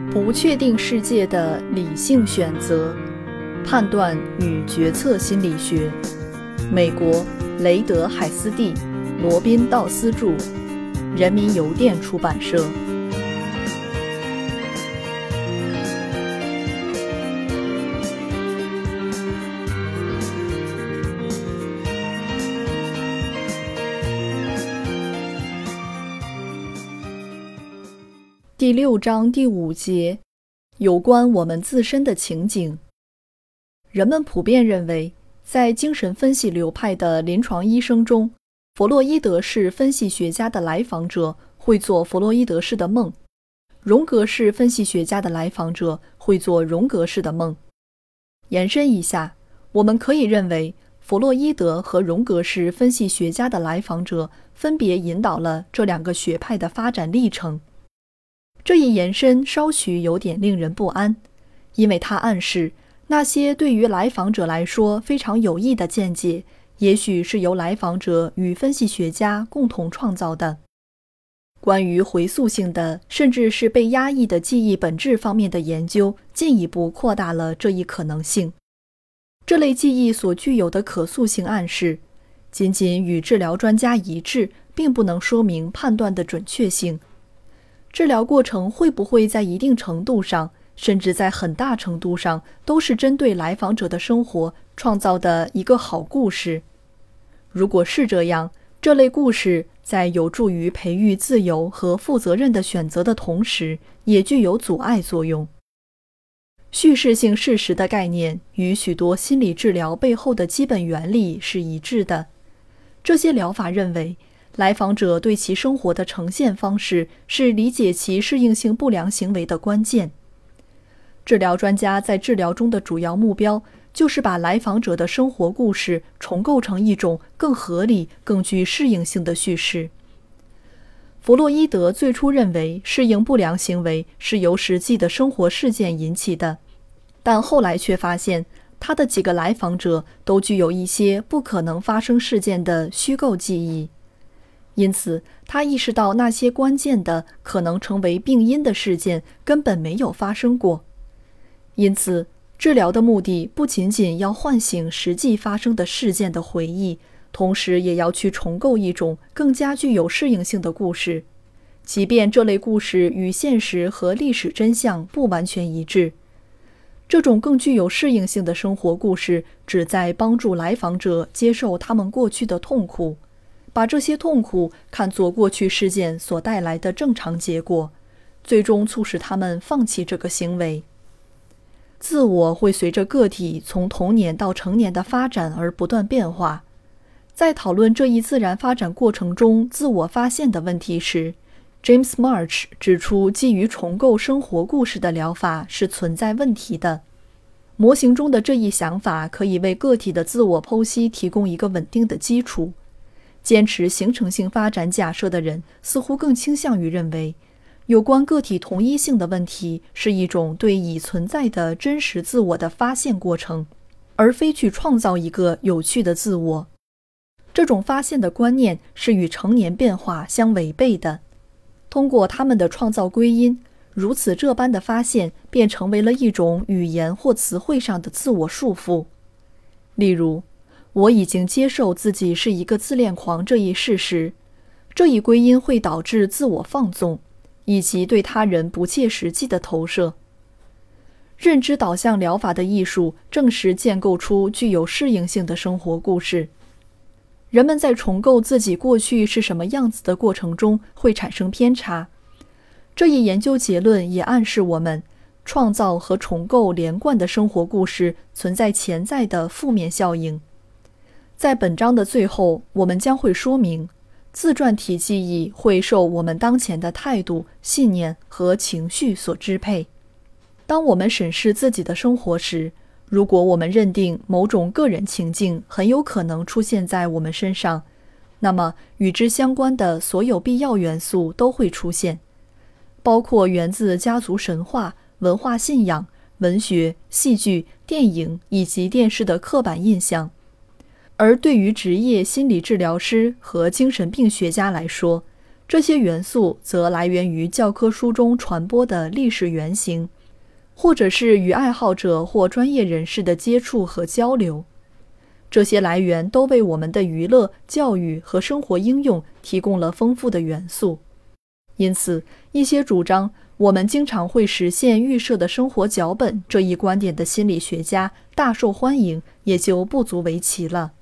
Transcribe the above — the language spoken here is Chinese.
不确定世界的理性选择，判断与决策心理学。美国雷德海斯蒂、罗宾道斯著，人民邮电出版社。第6章第5节，有关我们自身的情景。人们普遍认为，在精神分析流派的临床医生中，弗洛伊德式分析学家的来访者会做弗洛伊德式的梦，荣格式分析学家的来访者会做荣格式的梦。延伸一下，我们可以认为，弗洛伊德和荣格式分析学家的来访者分别引导了这两个学派的发展历程。这一延伸稍许有点令人不安，因为它暗示那些对于来访者来说非常有益的见解，也许是由来访者与分析学家共同创造的。关于回溯性的，甚至是被压抑的记忆本质方面的研究，进一步扩大了这一可能性。这类记忆所具有的可塑性暗示，仅仅与治疗专家一致，并不能说明判断的准确性。治疗过程会不会在一定程度上，甚至在很大程度上，都是针对来访者的生活创造的一个好故事？如果是这样，这类故事在有助于培育自由和负责任的选择的同时，也具有阻碍作用。叙事性事实的概念与许多心理治疗背后的基本原理是一致的。这些疗法认为，来访者对其生活的呈现方式是理解其适应性不良行为的关键。治疗专家在治疗中的主要目标就是把来访者的生活故事重构成一种更合理、更具适应性的叙事。弗洛伊德最初认为适应不良行为是由实际的生活事件引起的，但后来却发现他的几个来访者都具有一些不可能发生事件的虚构记忆。因此，他意识到那些关键的可能成为病因的事件根本没有发生过。因此，治疗的目的不仅仅要唤醒实际发生的事件的回忆，同时也要去重构一种更加具有适应性的故事，即便这类故事与现实和历史真相不完全一致。这种更具有适应性的生活故事旨在帮助来访者接受他们过去的痛苦，把这些痛苦看作过去事件所带来的正常结果，最终促使他们放弃这个行为。自我会随着个体从童年到成年的发展而不断变化。在讨论这一自然发展过程中自我发现的问题时， James March 指出，基于重构生活故事的疗法是存在问题的。模型中的这一想法可以为个体的自我剖析提供一个稳定的基础。坚持形成性发展假设的人似乎更倾向于认为，有关个体同一性的问题是一种对已存在的真实自我的发现过程，而非去创造一个有趣的自我。这种发现的观念是与成年变化相违背的。通过他们的创造归因，如此这般的发现便成为了一种语言或词汇上的自我束缚。例如，我已经接受自己是一个自恋狂这一事实，这一归因会导致自我放纵，以及对他人不切实际的投射。认知导向疗法的艺术正是建构出具有适应性的生活故事。人们在重构自己过去是什么样子的过程中会产生偏差。这一研究结论也暗示我们，创造和重构连贯的生活故事存在潜在的负面效应。在本章的最后，我们将会说明，自传体记忆会受我们当前的态度、信念和情绪所支配。当我们审视自己的生活时，如果我们认定某种个人情境很有可能出现在我们身上，那么与之相关的所有必要元素都会出现，包括源自家族神话、文化信仰、文学、戏剧、电影以及电视的刻板印象。而对于职业心理治疗师和精神病学家来说， 这些元素则来源于教科书中传播的历史原型，或者是与爱好者或专业人士的接触和交流。这些来源都为我们的娱乐、教育和生活应用提供了丰富的元素。因此，一些主张我们经常会实现预设的生活脚本这一观点的心理学家大受欢迎，也就不足为奇了。